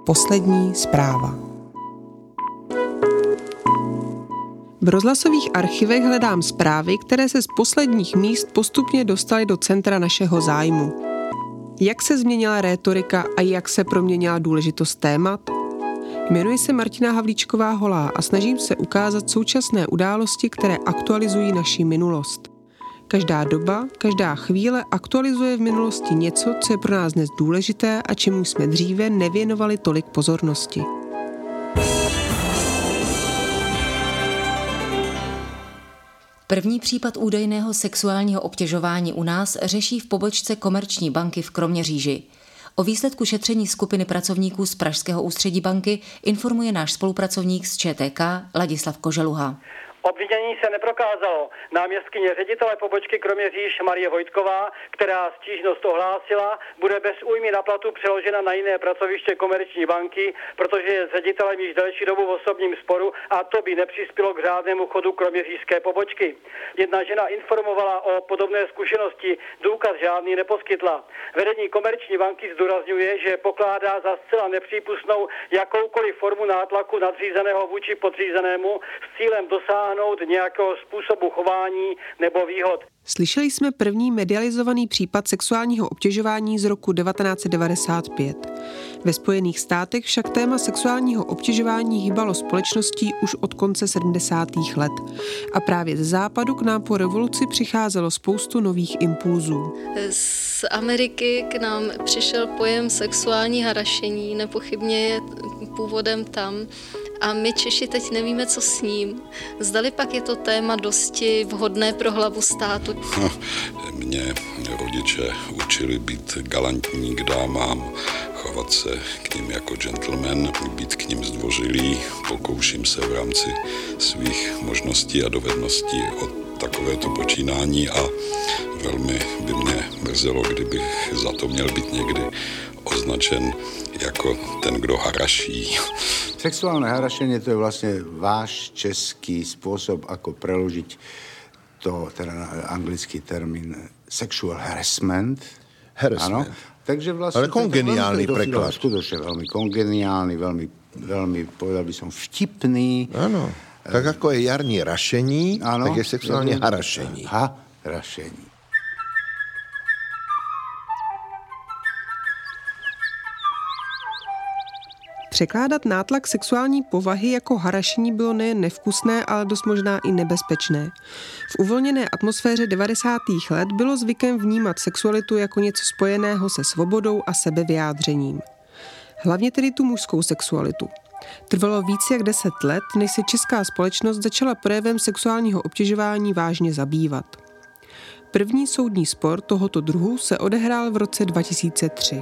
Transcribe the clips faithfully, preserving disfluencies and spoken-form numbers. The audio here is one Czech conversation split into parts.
Poslední zpráva. V rozhlasových archivech hledám zprávy, které se z posledních míst postupně dostaly do centra našeho zájmu. Jak se změnila rétorika a jak se proměnila důležitost témat? Jmenuji se Martina Havlíčková Holá a snažím se ukázat současné události, které aktualizují naši minulost. Každá doba, každá chvíle aktualizuje v minulosti něco, co je pro nás dnes důležité a čemu jsme dříve nevěnovali tolik pozornosti. První případ údajného sexuálního obtěžování u nás řeší v pobočce Komerční banky v Kroměříži. O výsledku šetření skupiny pracovníků z Pražského ústředí banky informuje náš spolupracovník z ČTK Ladislav Koželuha. Obvinění se neprokázalo. Náměstkyně ředitele pobočky Kroměříž Marie Vojtková, která stížnost ohlásila, bude bez újmy na platu přeložena na jiné pracoviště Komerční banky, protože je s ředitelem již delší dobu v osobním sporu a to by nepřispělo k řádnému chodu kroměřížské pobočky. Jedna žena informovala o podobné zkušenosti, důkaz žádný neposkytla. Vedení Komerční banky zdůrazňuje, že pokládá za zcela nepřípustnou jakoukoliv formu nátlaku nadřízeného vůči podřízenému s cílem dosáhnout nějakého způsobu chování nebo výhod. Slyšeli jsme první medializovaný případ sexuálního obtěžování z roku devatenáct set devadesát pět. Ve Spojených státech však téma sexuálního obtěžování hýbalo společností už od konce sedmdesátých let. A právě ze západu k nám po revoluci přicházelo spoustu nových impulzů. Z Ameriky k nám přišel pojem sexuální harašení, nepochybně je původem tam. A my Češi teď nevíme, co s ním. Zdali pak je to téma dosti vhodné pro hlavu státu. Mě rodiče učili být galantní k dámám, chovat se k nim jako gentleman, být k nim zdvořilý. Pokouším se v rámci svých možností a dovedností o takovéto počínání a velmi by mě mrzelo, kdybych za to měl být někdy označen jako ten, kdo haraší. Sexuálne harašenie to je vlastne váš český spôsob, ako preložiť to, teda anglický termín sexual harassment. Harassment. Áno. Takže vlastne... Ale kongeniálny preklad. Skutočne veľmi kongeniálny, veľmi, veľmi, povedal by som, vtipný. Áno. Tak ako je jarní rašení, ano, tak je sexuálne harašení. Harašení. Překládat nátlak sexuální povahy jako harašení bylo nejen nevkusné, ale dost možná i nebezpečné. V uvolněné atmosféře devadesátých let bylo zvykem vnímat sexualitu jako něco spojeného se svobodou a sebevyjádřením. Hlavně tedy tu mužskou sexualitu. Trvalo víc jak deset let, než se česká společnost začala projevem sexuálního obtěžování vážně zabývat. První soudní spor tohoto druhu se odehrál v roce dva tisíce tři.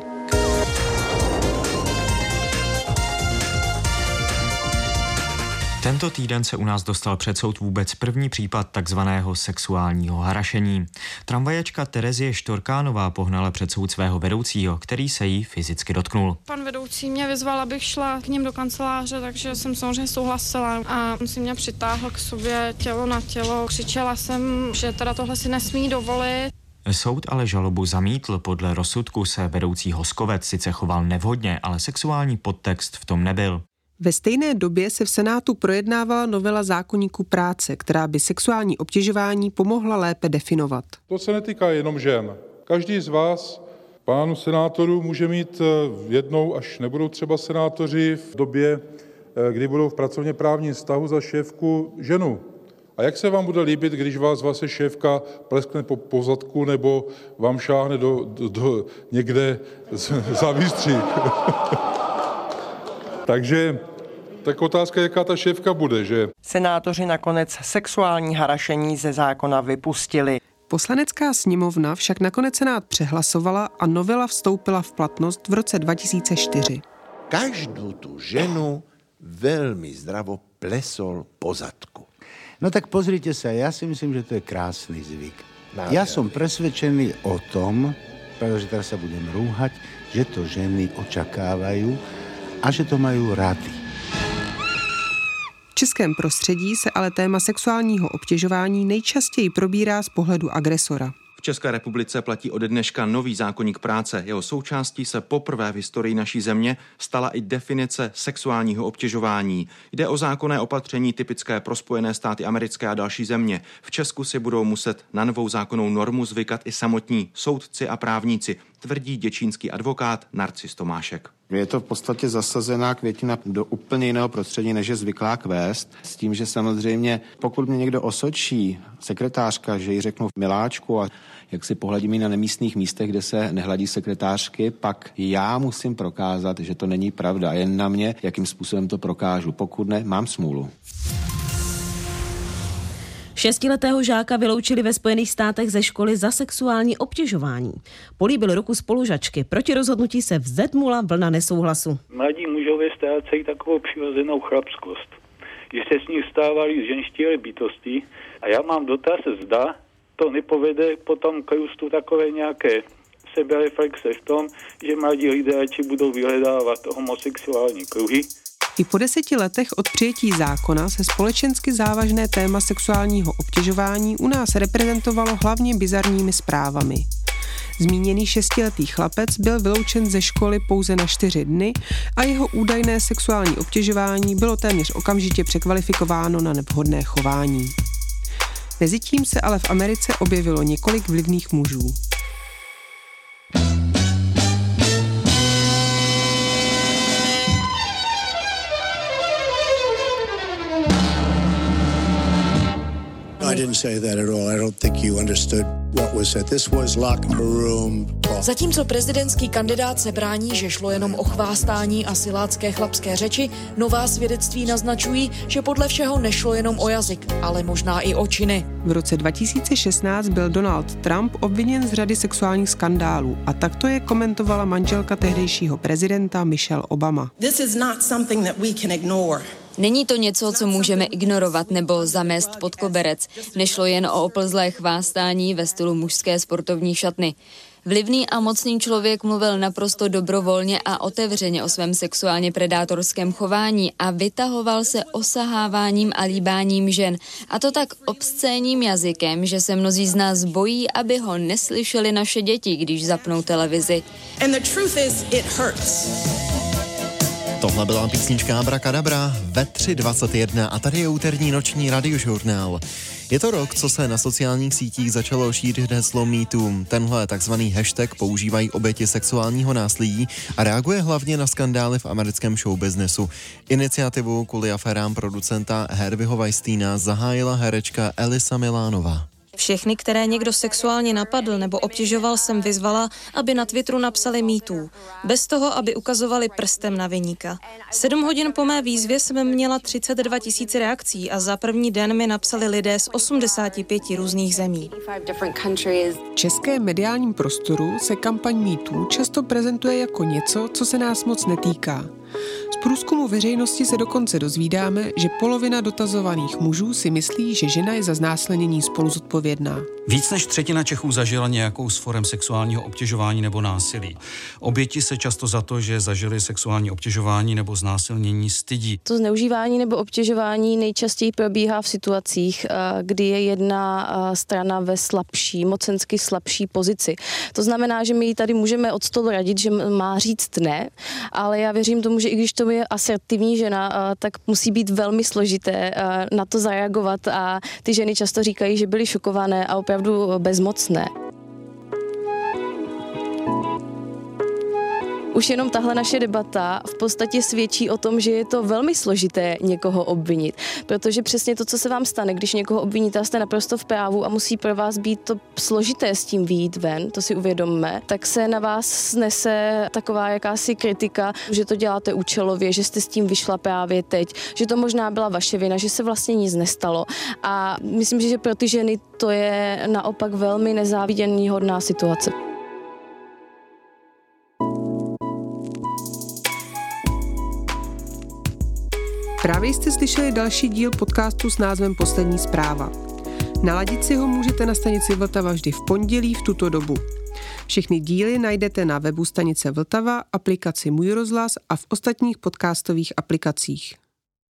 Tento týden se u nás dostal před soud vůbec první případ takzvaného sexuálního harašení. Tramvajačka Terezie Štorkánová pohnala před soud svého vedoucího, který se jí fyzicky dotknul. Pan vedoucí mě vyzval, abych šla k ním do kanceláře, takže jsem samozřejmě souhlasila a on si mě přitáhl k sobě tělo na tělo. Křičela jsem, že teda tohle si nesmí dovolit. Soud ale žalobu zamítl. Podle rozsudku se vedoucí Hoskovec sice choval nevhodně, ale sexuální podtext v tom nebyl. Ve stejné době se v Senátu projednávala novela zákoníku práce, která by sexuální obtěžování pomohla lépe definovat. To se netýká jenom žen. Každý z vás, pánů senátorů, může mít jednou, až nebudou třeba senátoři, v době, kdy budou v pracovně právním vztahu za šéfku ženu. A jak se vám bude líbit, když vás vaše šéfka pleskne po pozadku nebo vám šáhne do, do, do někde za výstřih? Takže tak otázka, jaká ta šéfka bude, že? Senátoři nakonec sexuální harašení ze zákona vypustili. Poslanecká sněmovna však nakonec Senát přehlasovala a novela vstoupila v platnost v roce dva tisíce čtyři. Každú tú ženu veľmi zdravo plesol po zadku. No tak pozrite sa, ja si myslím, že to je krásny zvyk. Ja som presvedčený o tom, pretože teraz sa budem rúhať, že to ženy očakávajú a že to majú rádi. V českém prostředí se ale téma sexuálního obtěžování nejčastěji probírá z pohledu agresora. V České republice platí ode dneška nový zákoník práce. Jeho součástí se poprvé v historii naší země stala i definice sexuálního obtěžování. Jde o zákonné opatření typické pro Spojené státy americké a další země. V Česku si budou muset na novou zákonnou normu zvykat i samotní soudci a právníci, tvrdí děčínský advokát Narcis Tomášek. Je to v podstatě zasazená květina do úplně jiného prostředí, než je zvyklá kvést. S tím, že samozřejmě, pokud mě někdo osočí, sekretářka, že jí řeknu miláčku a jak si pohladím jí na nemístných místech, kde se nehladí sekretářky, pak já musím prokázat, že to není pravda. Jen na mě, jakým způsobem to prokážu. Pokud ne, mám smůlu. Šestiletého žáka vyloučili ve Spojených státech ze školy za sexuální obtěžování. Políbil ruku spolužačky. Proti rozhodnutí se vzedmula vlna nesouhlasu. Mladí mužové ztrácejí takovou přirozenou chlapskost, že se s nich stávali ženštílé bytosti. A já mám dotaz, zda to nepovede potom k růstu takové nějaké sebereflexe v tom, že mladí lidé radši budou vyhledávat homosexuální kruhy. I po deseti letech od přijetí zákona se společensky závažné téma sexuálního obtěžování u nás reprezentovalo hlavně bizarními zprávami. Zmíněný šestiletý chlapec byl vyloučen ze školy pouze na čtyři dny a jeho údajné sexuální obtěžování bylo téměř okamžitě překvalifikováno na nevhodné chování. Mezitím se ale v Americe objevilo několik vlivných mužů. I didn't say that at all. I don't think you understood what was said. This was locker room talk. Zatímco prezidentský kandidát se brání, že šlo jenom o chvástání a silácké chlapské řeči, nová svědectví naznačují, že podle všeho nešlo jenom o jazyk, ale možná i o činy. V roce dva tisíce šestnáct byl Donald Trump obviněn z řady sexuálních skandálů a takto je komentovala manželka tehdejšího prezidenta Michelle Obama. This is not something that we can ignore. Není to něco, co můžeme ignorovat nebo zamést pod koberec. Nešlo jen o oplzlé chvástání ve stylu mužské sportovní šatny. Vlivný a mocný člověk mluvil naprosto dobrovolně a otevřeně o svém sexuálně predátorském chování a vytahoval se osaháváním a líbáním žen. A to tak obscénním jazykem, že se mnozí z nás bojí, aby ho neslyšeli naše děti, když zapnou televizi. And the truth is, it hurts. Tohle byla písnička Abracadabra ve tři dvacet jedna a tady je úterní noční radiožurnál. Je to rok, co se na sociálních sítích začalo šířit heslo MeToo. Tenhle takzvaný hashtag používají oběti sexuálního násilí a reaguje hlavně na skandály v americkém showbiznesu. Iniciativu kvůli aférám producenta Harveyho Weinsteina zahájila herečka Elisa Milánová. Všechny, které někdo sexuálně napadl nebo obtěžoval, jsem vyzvala, aby na Twitteru napsali MeToo. Bez toho, aby ukazovali prstem na viníka. Sedm hodin po mé výzvě jsem měla třicet dva tisíc reakcí a za první den mi napsali lidé z osmdesáti pěti různých zemí. V českém mediálním prostoru se kampaň MeToo často prezentuje jako něco, co se nás moc netýká. Z průzkumu veřejnosti se dokonce dozvídáme, že polovina dotazovaných mužů si myslí, že žena je za znásilnění spolu zodpovědná. Víc než třetina Čechů zažila nějakou z forem sexuálního obtěžování nebo násilí. Oběti se často za to, že zažili sexuální obtěžování nebo znásilnění, stydí. To zneužívání nebo obtěžování nejčastěji probíhá v situacích, kdy je jedna strana ve slabší, mocensky slabší pozici. To znamená, že my jí tady můžeme od stolu radit, že má říct ne, ale já věřím tomu, že i když to je asertivní žena, tak musí být velmi složité na to zareagovat a ty ženy často říkají, že byly šokované a opravdu bezmocné. Už jenom tahle naše debata v podstatě svědčí o tom, že je to velmi složité někoho obvinit, protože přesně to, co se vám stane, když někoho obviníte, jste naprosto v právu a musí pro vás být to složité s tím vyjít ven, to si uvědomme, tak se na vás snese taková jakási kritika, že to děláte účelově, že jste s tím vyšla právě teď, že to možná byla vaše vina, že se vlastně nic nestalo. A myslím, že pro ty ženy to je naopak velmi nezáviděníhodná situace. Právě jste slyšeli další díl podcastu s názvem Poslední zpráva. Naladit si ho můžete na stanici Vltava vždy v pondělí v tuto dobu. Všechny díly najdete na webu stanice Vltava, aplikaci Můj rozhlas a v ostatních podcastových aplikacích.